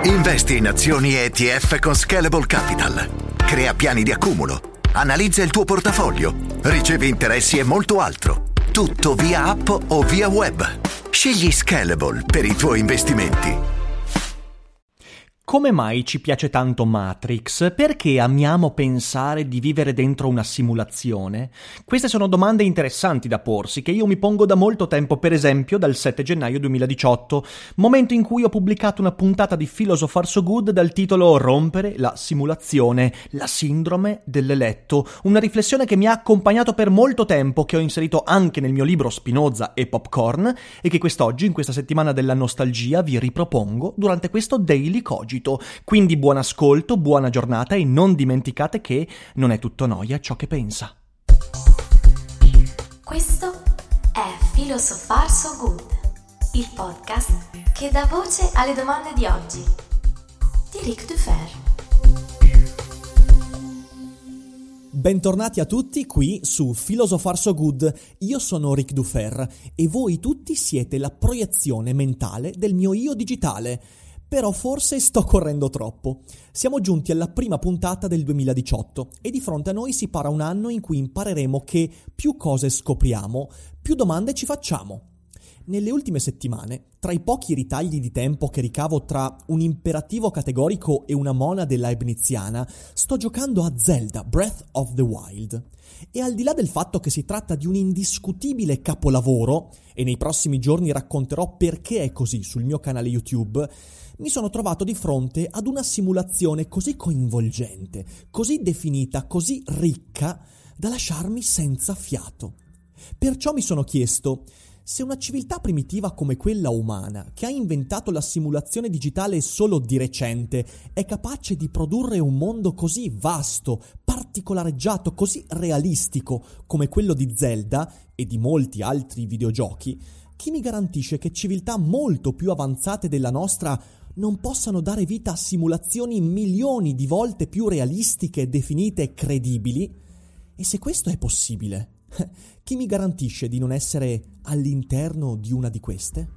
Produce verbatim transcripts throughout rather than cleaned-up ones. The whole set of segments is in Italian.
Investi in azioni e E T F con Scalable Capital. Crea piani di accumulo. Analizza il tuo portafoglio. Ricevi interessi e molto altro. Tutto via app o via web. Scegli Scalable per i tuoi investimenti. Come mai ci piace tanto Matrix? Perché amiamo pensare di vivere dentro una simulazione? Queste sono domande interessanti da porsi, che io mi pongo da molto tempo, per esempio dal sette gennaio duemiladiciotto, momento in cui ho pubblicato una puntata di Philosopher So Good dal titolo Rompere la simulazione, la sindrome dell'eletto, una riflessione che mi ha accompagnato per molto tempo, che ho inserito anche nel mio libro Spinoza e Popcorn, e che quest'oggi, in questa settimana della nostalgia, vi ripropongo durante questo Daily Cogito. Quindi buon ascolto, buona giornata e non dimenticate che non è tutto noia ciò che pensa. Questo è Philosopher So Good, il podcast che dà voce alle domande di oggi di Ric Dufer. Bentornati a tutti qui su Philosopher So Good. Io sono Ric Dufer e voi tutti siete la proiezione mentale del mio io digitale. Però forse sto correndo troppo. Siamo giunti alla prima puntata del duemiladiciotto e di fronte a noi si para un anno in cui impareremo che più cose scopriamo, più domande ci facciamo. Nelle ultime settimane, tra i pochi ritagli di tempo che ricavo tra un imperativo categorico e una monade leibniziana, sto giocando a Zelda Breath of the Wild. E al di là del fatto che si tratta di un indiscutibile capolavoro, e nei prossimi giorni racconterò perché è così sul mio canale YouTube, mi sono trovato di fronte ad una simulazione così coinvolgente, così definita, così ricca, da lasciarmi senza fiato. Perciò mi sono chiesto: se una civiltà primitiva come quella umana, che ha inventato la simulazione digitale solo di recente, è capace di produrre un mondo così vasto, particolareggiato, così realistico come quello di Zelda e di molti altri videogiochi, chi mi garantisce che civiltà molto più avanzate della nostra non possano dare vita a simulazioni milioni di volte più realistiche, definite e credibili? E se questo è possibile, chi mi garantisce di non essere all'interno di una di queste?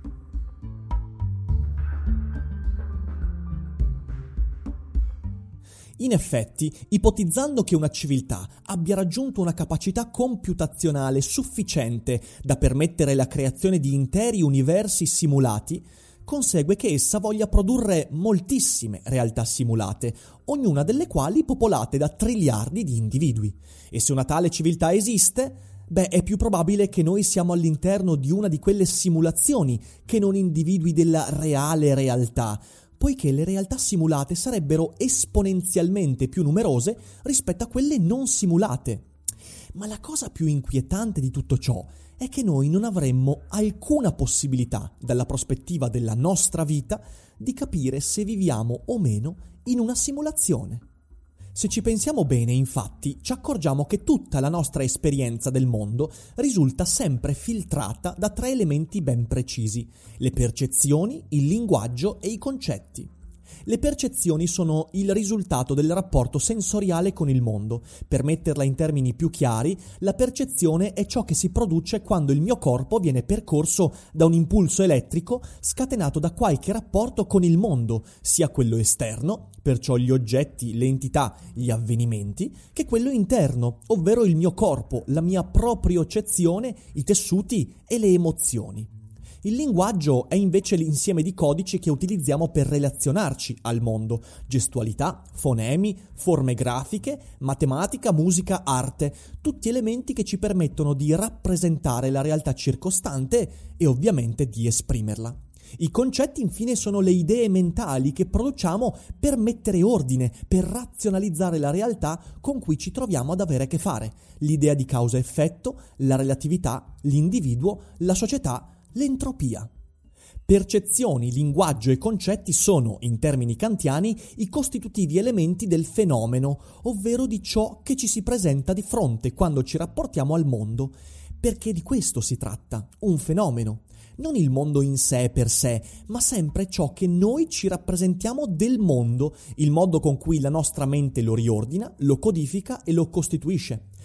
In effetti, ipotizzando che una civiltà abbia raggiunto una capacità computazionale sufficiente da permettere la creazione di interi universi simulati, consegue che essa voglia produrre moltissime realtà simulate, ognuna delle quali popolate da triliardi di individui. E se una tale civiltà esiste, beh, è più probabile che noi siamo all'interno di una di quelle simulazioni che non individui della reale realtà, poiché le realtà simulate sarebbero esponenzialmente più numerose rispetto a quelle non simulate. Ma la cosa più inquietante di tutto ciò è che noi non avremmo alcuna possibilità, dalla prospettiva della nostra vita, di capire se viviamo o meno in una simulazione. Se ci pensiamo bene, infatti, ci accorgiamo che tutta la nostra esperienza del mondo risulta sempre filtrata da tre elementi ben precisi: le percezioni, il linguaggio e i concetti. Le percezioni sono il risultato del rapporto sensoriale con il mondo. Per metterla in termini più chiari, la percezione è ciò che si produce quando il mio corpo viene percorso da un impulso elettrico scatenato da qualche rapporto con il mondo, sia quello esterno, perciò gli oggetti, le entità, gli avvenimenti, che quello interno, ovvero il mio corpo, la mia propriocezione, i tessuti e le emozioni. Il linguaggio è invece l'insieme di codici che utilizziamo per relazionarci al mondo: gestualità, fonemi, forme grafiche, matematica, musica, arte, tutti elementi che ci permettono di rappresentare la realtà circostante e ovviamente di esprimerla. I concetti infine sono le idee mentali che produciamo per mettere ordine, per razionalizzare la realtà con cui ci troviamo ad avere a che fare: l'idea di causa-effetto, la relatività, l'individuo, la società, l'entropia. Percezioni, linguaggio e concetti sono, in termini kantiani, i costitutivi elementi del fenomeno, ovvero di ciò che ci si presenta di fronte quando ci rapportiamo al mondo. Perché di questo si tratta, un fenomeno. Non il mondo in sé per sé, ma sempre ciò che noi ci rappresentiamo del mondo, il modo con cui la nostra mente lo riordina, lo codifica e lo costituisce.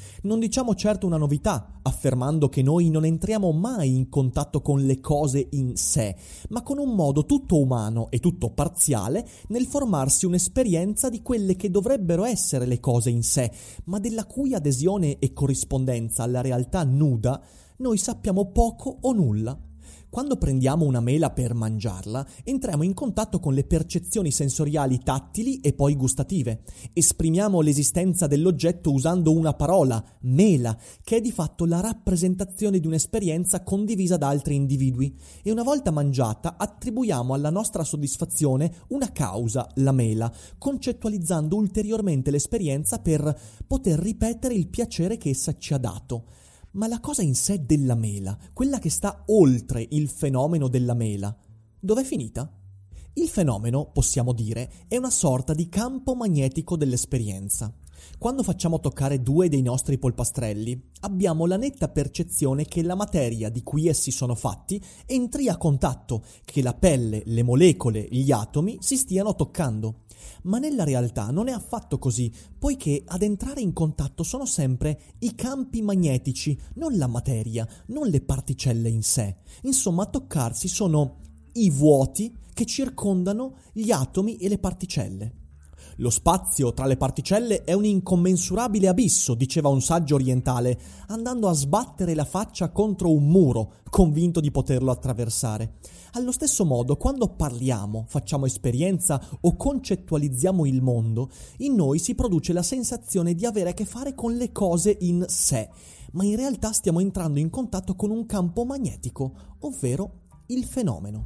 Non diciamo certo una novità, affermando che noi non entriamo mai in contatto con le cose in sé, ma con un modo tutto umano e tutto parziale nel formarsi un'esperienza di quelle che dovrebbero essere le cose in sé, ma della cui adesione e corrispondenza alla realtà nuda noi sappiamo poco o nulla. Quando prendiamo una mela per mangiarla, entriamo in contatto con le percezioni sensoriali tattili e poi gustative. Esprimiamo l'esistenza dell'oggetto usando una parola, mela, che è di fatto la rappresentazione di un'esperienza condivisa da altri individui. E una volta mangiata, attribuiamo alla nostra soddisfazione una causa, la mela, concettualizzando ulteriormente l'esperienza per poter ripetere il piacere che essa ci ha dato. Ma la cosa in sé della mela, quella che sta oltre il fenomeno della mela, dov'è finita? Il fenomeno, possiamo dire, è una sorta di campo magnetico dell'esperienza. Quando facciamo toccare due dei nostri polpastrelli, abbiamo la netta percezione che la materia di cui essi sono fatti entri a contatto, che la pelle, le molecole, gli atomi si stiano toccando. Ma nella realtà non è affatto così, poiché ad entrare in contatto sono sempre i campi magnetici, non la materia, non le particelle in sé. Insomma, a toccarsi sono i vuoti che circondano gli atomi e le particelle. Lo spazio tra le particelle è un incommensurabile abisso, diceva un saggio orientale, andando a sbattere la faccia contro un muro, convinto di poterlo attraversare. Allo stesso modo, quando parliamo, facciamo esperienza o concettualizziamo il mondo, in noi si produce la sensazione di avere a che fare con le cose in sé, ma in realtà stiamo entrando in contatto con un campo magnetico, ovvero il fenomeno.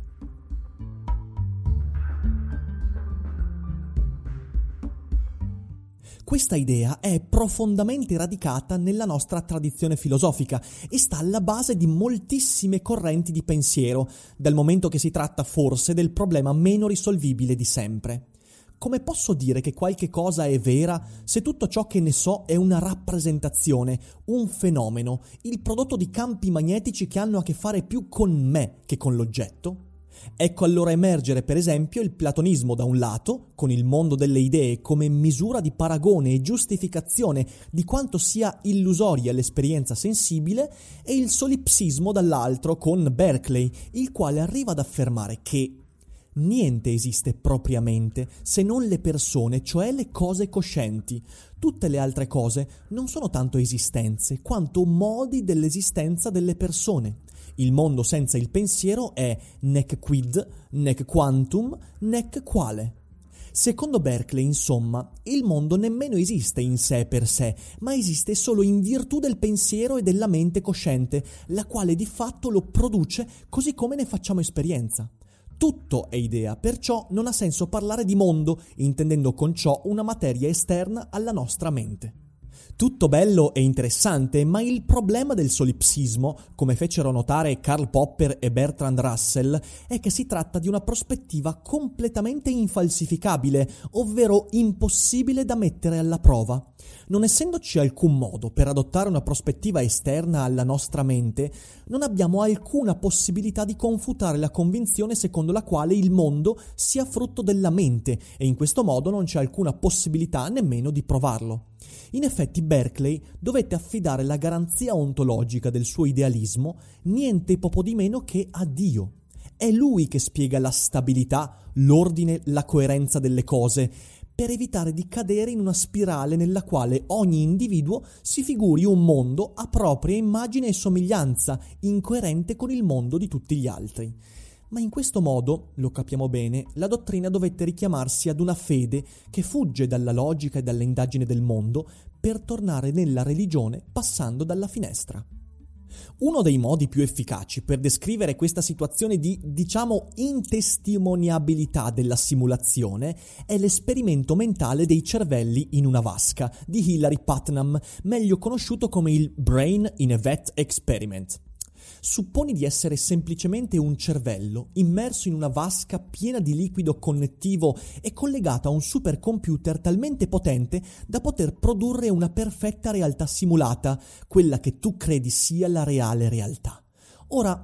Questa idea è profondamente radicata nella nostra tradizione filosofica e sta alla base di moltissime correnti di pensiero, dal momento che si tratta forse del problema meno risolvibile di sempre. Come posso dire che qualche cosa è vera se tutto ciò che ne so è una rappresentazione, un fenomeno, il prodotto di campi magnetici che hanno a che fare più con me che con l'oggetto? Ecco allora emergere per esempio il platonismo da un lato, con il mondo delle idee come misura di paragone e giustificazione di quanto sia illusoria l'esperienza sensibile, e il solipsismo dall'altro con Berkeley, il quale arriva ad affermare che niente esiste propriamente se non le persone, cioè le cose coscienti. Tutte le altre cose non sono tanto esistenze quanto modi dell'esistenza delle persone. Il mondo senza il pensiero è nec quid, nec quantum, nec quale. Secondo Berkeley, insomma, il mondo nemmeno esiste in sé per sé, ma esiste solo in virtù del pensiero e della mente cosciente, la quale di fatto lo produce così come ne facciamo esperienza. Tutto è idea, perciò non ha senso parlare di mondo, intendendo con ciò una materia esterna alla nostra mente. Tutto bello e interessante, ma il problema del solipsismo, come fecero notare Karl Popper e Bertrand Russell, è che si tratta di una prospettiva completamente infalsificabile, ovvero impossibile da mettere alla prova. Non essendoci alcun modo per adottare una prospettiva esterna alla nostra mente, non abbiamo alcuna possibilità di confutare la convinzione secondo la quale il mondo sia frutto della mente, e in questo modo non c'è alcuna possibilità nemmeno di provarlo. In effetti Berkeley dovette affidare la garanzia ontologica del suo idealismo niente poco di meno che a Dio. È lui che spiega la stabilità, l'ordine, la coerenza delle cose, per evitare di cadere in una spirale nella quale ogni individuo si figuri un mondo a propria immagine e somiglianza, incoerente con il mondo di tutti gli altri. Ma in questo modo, lo capiamo bene, la dottrina dovette richiamarsi ad una fede che fugge dalla logica e dall'indagine del mondo per tornare nella religione passando dalla finestra. Uno dei modi più efficaci per descrivere questa situazione di, diciamo, intestimoniabilità della simulazione è l'esperimento mentale dei cervelli in una vasca di Hilary Putnam, meglio conosciuto come il Brain in a Vat Experiment. Supponi di essere semplicemente un cervello immerso in una vasca piena di liquido connettivo e collegato a un supercomputer talmente potente da poter produrre una perfetta realtà simulata, quella che tu credi sia la reale realtà. Ora,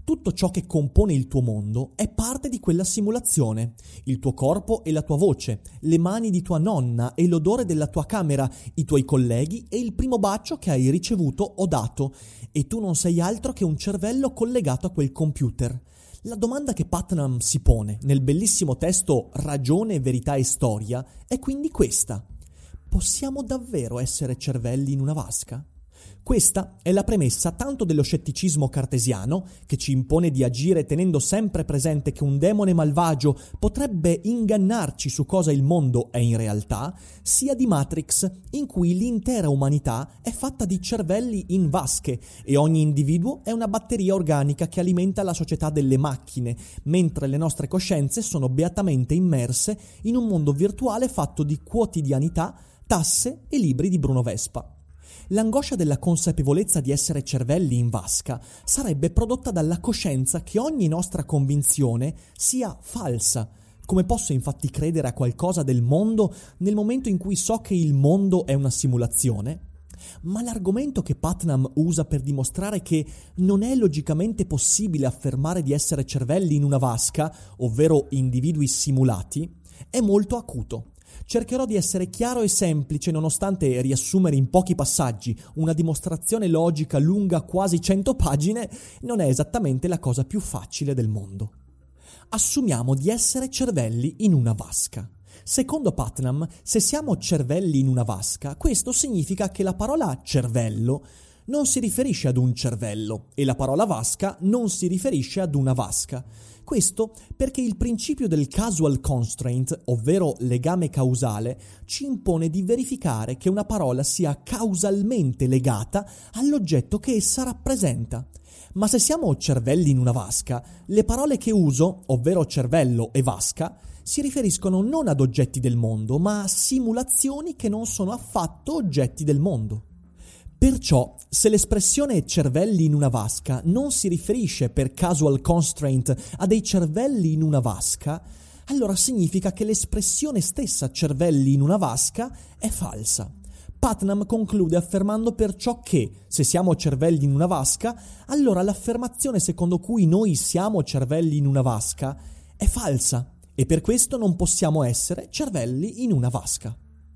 Tutto ciò che compone il tuo mondo è parte di quella simulazione. Il tuo corpo e la tua voce, le mani di tua nonna e l'odore della tua camera, i tuoi colleghi e il primo bacio che hai ricevuto o dato. E tu non sei altro che un cervello collegato a quel computer. La domanda che Putnam si pone nel bellissimo testo Ragione, verità e storia è quindi questa: possiamo davvero essere cervelli in una vasca? Questa è la premessa tanto dello scetticismo cartesiano, che ci impone di agire tenendo sempre presente che un demone malvagio potrebbe ingannarci su cosa il mondo è in realtà, sia di Matrix, in cui l'intera umanità è fatta di cervelli in vasche e ogni individuo è una batteria organica che alimenta la società delle macchine, mentre le nostre coscienze sono beatamente immerse in un mondo virtuale fatto di quotidianità, tasse e libri di Bruno Vespa. L'angoscia della consapevolezza di essere cervelli in vasca sarebbe prodotta dalla coscienza che ogni nostra convinzione sia falsa. Come posso infatti credere a qualcosa del mondo nel momento in cui so che il mondo è una simulazione? Ma l'argomento che Putnam usa per dimostrare che non è logicamente possibile affermare di essere cervelli in una vasca, ovvero individui simulati, è molto acuto. Cercherò di essere chiaro e semplice nonostante riassumere in pochi passaggi una dimostrazione logica lunga quasi cento pagine non è esattamente la cosa più facile del mondo. Assumiamo di essere cervelli in una vasca. Secondo Putnam, se siamo cervelli in una vasca, questo significa che la parola cervello non si riferisce ad un cervello e la parola vasca non si riferisce ad una vasca. Questo perché il principio del causal constraint, ovvero legame causale, ci impone di verificare che una parola sia causalmente legata all'oggetto che essa rappresenta. Ma se siamo cervelli in una vasca, le parole che uso, ovvero cervello e vasca, si riferiscono non ad oggetti del mondo, ma a simulazioni che non sono affatto oggetti del mondo. Perciò, se l'espressione cervelli in una vasca non si riferisce per causal constraint a dei cervelli in una vasca, allora significa che l'espressione stessa cervelli in una vasca è falsa. Putnam conclude affermando perciò che, se siamo cervelli in una vasca, allora l'affermazione secondo cui noi siamo cervelli in una vasca è falsa e per questo non possiamo essere cervelli in una vasca.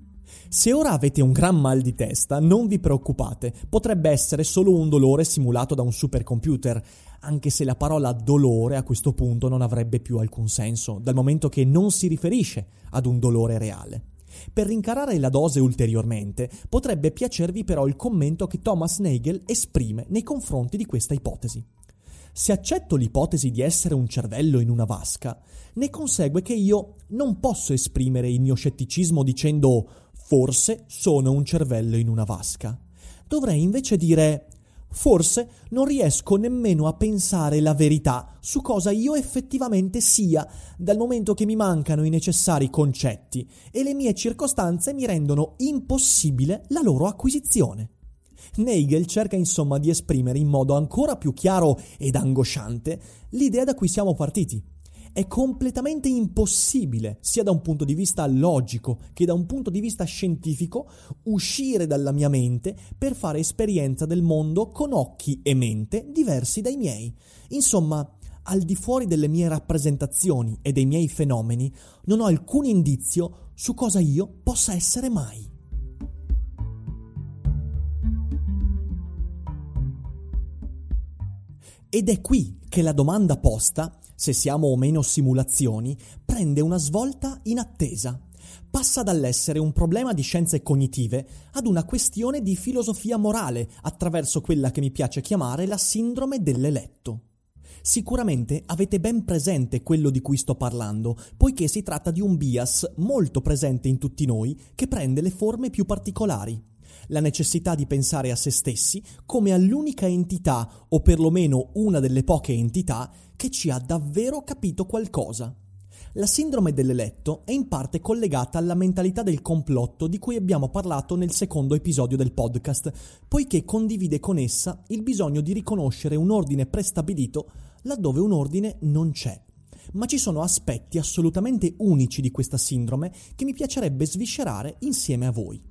Se ora avete un gran mal di testa, non vi preoccupate, potrebbe essere solo un dolore simulato da un supercomputer, anche se la parola dolore a questo punto non avrebbe più alcun senso, dal momento che non si riferisce ad un dolore reale. Per rincarare la dose ulteriormente, potrebbe piacervi però il commento che Thomas Nagel esprime nei confronti di questa ipotesi. Se accetto l'ipotesi di essere un cervello in una vasca, ne consegue che io non posso esprimere il mio scetticismo dicendo forse sono un cervello in una vasca. Dovrei invece dire forse non riesco nemmeno a pensare la verità su cosa io effettivamente sia, dal momento che mi mancano i necessari concetti e le mie circostanze mi rendono impossibile la loro acquisizione. Nagel cerca insomma di esprimere in modo ancora più chiaro ed angosciante l'idea da cui siamo partiti. È completamente impossibile, sia da un punto di vista logico che da un punto di vista scientifico, uscire dalla mia mente per fare esperienza del mondo con occhi e mente diversi dai miei. Insomma, al di fuori delle mie rappresentazioni e dei miei fenomeni, non ho alcun indizio su cosa io possa essere mai. Ed è qui che la domanda posta, se siamo o meno simulazioni, prende una svolta inattesa. Passa dall'essere un problema di scienze cognitive ad una questione di filosofia morale attraverso quella che mi piace chiamare la sindrome dell'eletto. Sicuramente avete ben presente quello di cui sto parlando, poiché si tratta di un bias molto presente in tutti noi che prende le forme più particolari. La necessità di pensare a se stessi come all'unica entità, o perlomeno una delle poche entità, che ci ha davvero capito qualcosa. La sindrome dell'eletto è in parte collegata alla mentalità del complotto di cui abbiamo parlato nel secondo episodio del podcast, poiché condivide con essa il bisogno di riconoscere un ordine prestabilito laddove un ordine non c'è. Ma ci sono aspetti assolutamente unici di questa sindrome che mi piacerebbe sviscerare insieme a voi.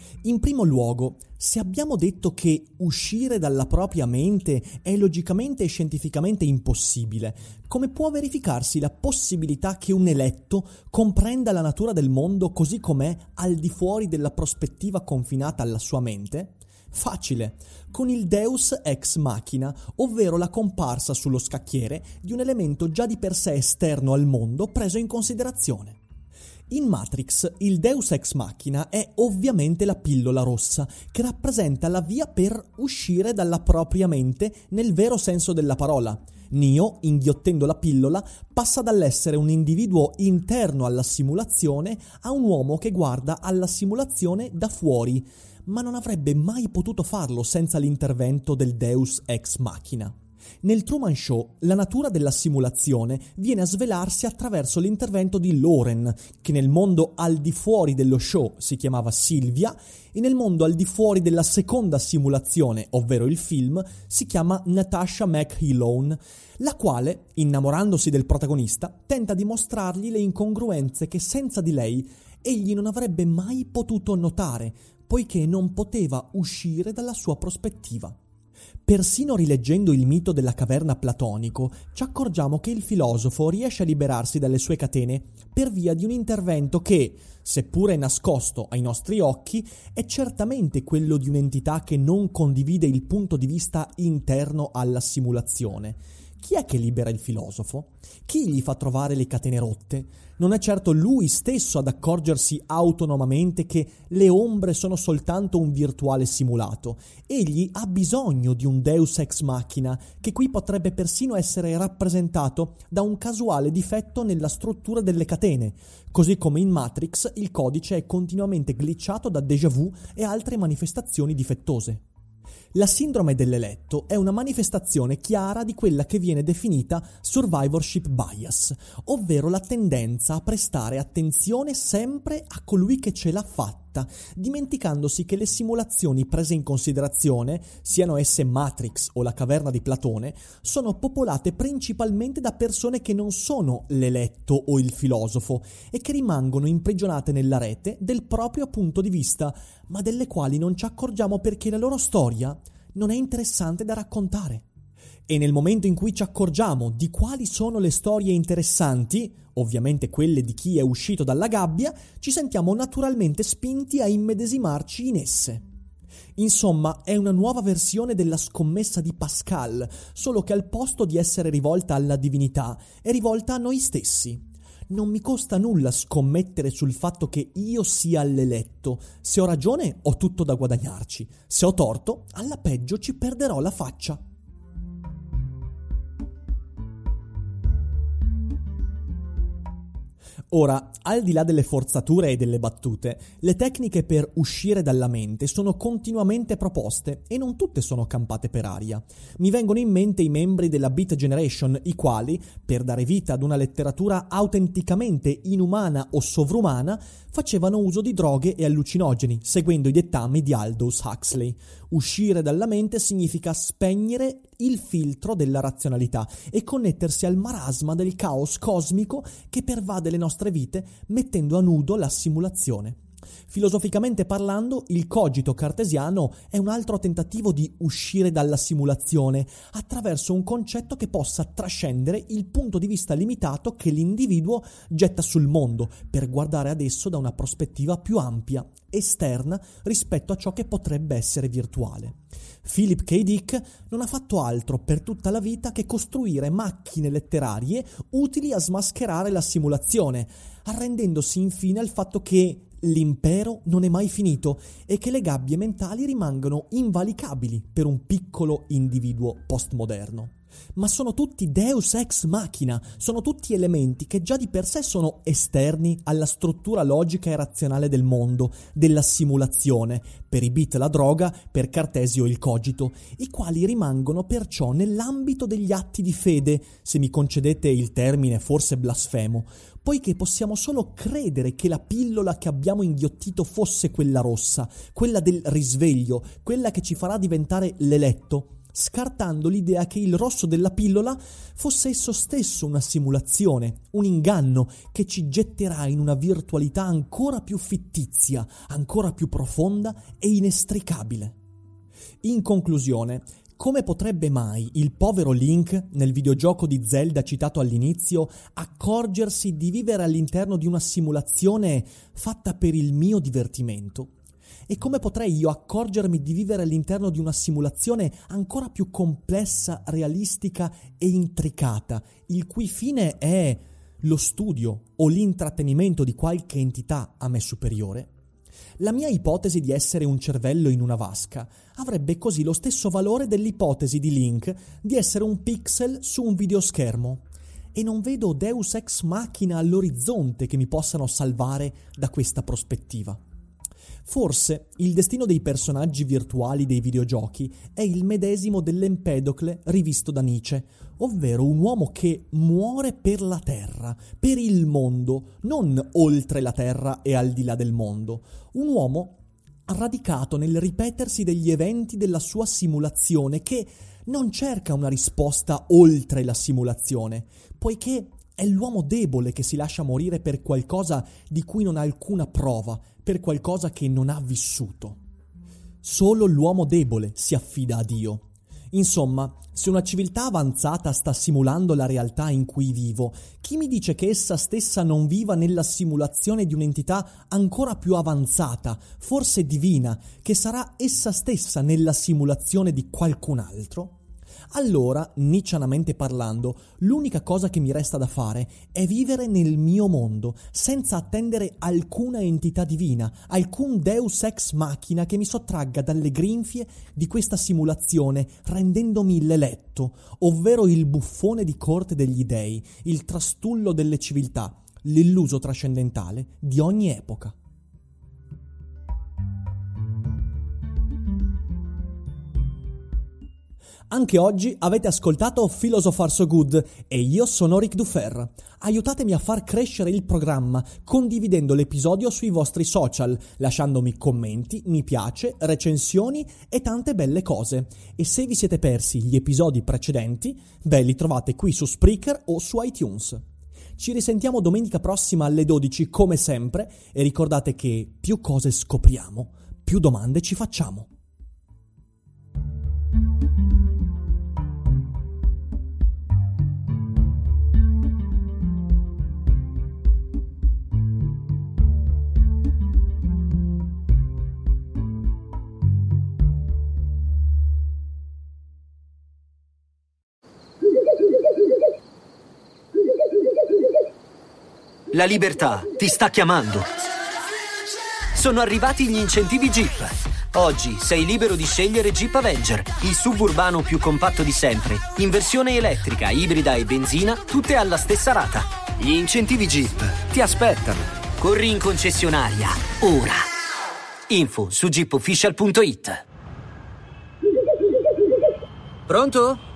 In primo luogo, se abbiamo detto che uscire dalla propria mente è logicamente e scientificamente impossibile, come può verificarsi la possibilità che un eletto comprenda la natura del mondo così com'è al di fuori della prospettiva confinata alla sua mente? Facile, con il Deus ex machina, ovvero la comparsa sullo scacchiere di un elemento già di per sé esterno al mondo preso in considerazione. In Matrix, il Deus ex machina è ovviamente la pillola rossa, che rappresenta la via per uscire dalla propria mente nel vero senso della parola. Neo, inghiottendo la pillola, passa dall'essere un individuo interno alla simulazione a un uomo che guarda alla simulazione da fuori, ma non avrebbe mai potuto farlo senza l'intervento del Deus ex machina. Nel Truman Show, la natura della simulazione viene a svelarsi attraverso l'intervento di Lauren, che nel mondo al di fuori dello show si chiamava Sylvia, e nel mondo al di fuori della seconda simulazione, ovvero il film, si chiama Natasha McElhone, la quale, innamorandosi del protagonista, tenta di mostrargli le incongruenze che senza di lei egli non avrebbe mai potuto notare, poiché non poteva uscire dalla sua prospettiva. Persino rileggendo il mito della caverna platonico, ci accorgiamo che il filosofo riesce a liberarsi dalle sue catene per via di un intervento che, seppure nascosto ai nostri occhi, è certamente quello di un'entità che non condivide il punto di vista interno alla simulazione. Chi è che libera il filosofo? Chi gli fa trovare le catene rotte? Non è certo lui stesso ad accorgersi autonomamente che le ombre sono soltanto un virtuale simulato. Egli ha bisogno di un Deus ex machina, che qui potrebbe persino essere rappresentato da un casuale difetto nella struttura delle catene, così come in Matrix il codice è continuamente glitchato da déjà vu e altre manifestazioni difettose. La sindrome dell'eletto è una manifestazione chiara di quella che viene definita survivorship bias, ovvero la tendenza a prestare attenzione sempre a colui che ce l'ha fatta, dimenticandosi che le simulazioni prese in considerazione, siano esse Matrix o la caverna di Platone, sono popolate principalmente da persone che non sono l'eletto o il filosofo e che rimangono imprigionate nella rete del proprio punto di vista, ma delle quali non ci accorgiamo perché la loro storia non è interessante da raccontare. E nel momento in cui ci accorgiamo di quali sono le storie interessanti, ovviamente quelle di chi è uscito dalla gabbia, ci sentiamo naturalmente spinti a immedesimarci in esse. Insomma, è una nuova versione della scommessa di Pascal, solo che al posto di essere rivolta alla divinità, è rivolta a noi stessi. Non mi costa nulla scommettere sul fatto che io sia l'eletto. Se ho ragione, ho tutto da guadagnarci. Se ho torto, alla peggio ci perderò la faccia. Ora, al di là delle forzature e delle battute, le tecniche per uscire dalla mente sono continuamente proposte e non tutte sono campate per aria. Mi vengono in mente i membri della Beat Generation, i quali, per dare vita ad una letteratura autenticamente inumana o sovrumana, facevano uso di droghe e allucinogeni, seguendo i dettami di Aldous Huxley. Uscire dalla mente significa spegnere il filtro della razionalità e connettersi al marasma del caos cosmico che pervade le nostre vite, mettendo a nudo la simulazione. Filosoficamente parlando, il cogito cartesiano è un altro tentativo di uscire dalla simulazione attraverso un concetto che possa trascendere il punto di vista limitato che l'individuo getta sul mondo per guardare ad esso da una prospettiva più ampia, esterna rispetto a ciò che potrebbe essere virtuale. Philip K. Dick non ha fatto altro per tutta la vita che costruire macchine letterarie utili a smascherare la simulazione, arrendendosi infine al fatto che l'impero non è mai finito e che le gabbie mentali rimangono invalicabili per un piccolo individuo postmoderno. Ma sono tutti deus ex machina, sono tutti elementi che già di per sé sono esterni alla struttura logica e razionale del mondo, della simulazione, per i beat la droga, per Cartesio il cogito, i quali rimangono perciò nell'ambito degli atti di fede, se mi concedete il termine forse blasfemo, poiché possiamo solo credere che la pillola che abbiamo inghiottito fosse quella rossa, quella del risveglio, quella che ci farà diventare l'eletto, scartando l'idea che il rosso della pillola fosse esso stesso una simulazione, un inganno che ci getterà in una virtualità ancora più fittizia, ancora più profonda e inestricabile. In conclusione, come potrebbe mai il povero Link, nel videogioco di Zelda citato all'inizio, accorgersi di vivere all'interno di una simulazione fatta per il mio divertimento? E come potrei io accorgermi di vivere all'interno di una simulazione ancora più complessa, realistica e intricata, il cui fine è lo studio o l'intrattenimento di qualche entità a me superiore? La mia ipotesi di essere un cervello in una vasca avrebbe così lo stesso valore dell'ipotesi di Link di essere un pixel su un videoschermo. E non vedo Deus ex machina all'orizzonte che mi possano salvare da questa prospettiva. Forse il destino dei personaggi virtuali dei videogiochi è il medesimo dell'Empedocle rivisto da Nietzsche, ovvero un uomo che muore per la Terra, per il mondo, non oltre la Terra e al di là del mondo. Un uomo radicato nel ripetersi degli eventi della sua simulazione, che non cerca una risposta oltre la simulazione, poiché è l'uomo debole che si lascia morire per qualcosa di cui non ha alcuna prova, per qualcosa che non ha vissuto. Solo l'uomo debole si affida a Dio. Insomma, se una civiltà avanzata sta simulando la realtà in cui vivo, chi mi dice che essa stessa non viva nella simulazione di un'entità ancora più avanzata, forse divina, che sarà essa stessa nella simulazione di qualcun altro? Allora, nietzscheanamente parlando, l'unica cosa che mi resta da fare è vivere nel mio mondo, senza attendere alcuna entità divina, alcun deus ex machina che mi sottragga dalle grinfie di questa simulazione, rendendomi l'eletto, ovvero il buffone di corte degli dei, il trastullo delle civiltà, l'illuso trascendentale di ogni epoca. Anche oggi avete ascoltato Philosopher So Good e io sono Ric Dufer. Aiutatemi a far crescere il programma condividendo l'episodio sui vostri social, lasciandomi commenti, mi piace, recensioni e tante belle cose. E se vi siete persi gli episodi precedenti, beh, li trovate qui su Spreaker o su iTunes. Ci risentiamo domenica prossima alle dodici come sempre e ricordate che più cose scopriamo, più domande ci facciamo. La libertà ti sta chiamando. Sono arrivati gli incentivi Jeep. Oggi sei libero di scegliere Jeep Avenger, il suburbano più compatto di sempre, in versione elettrica, ibrida e benzina, tutte alla stessa rata. Gli incentivi Jeep ti aspettano. Corri in concessionaria, ora. Info su jeep official punto it. Pronto?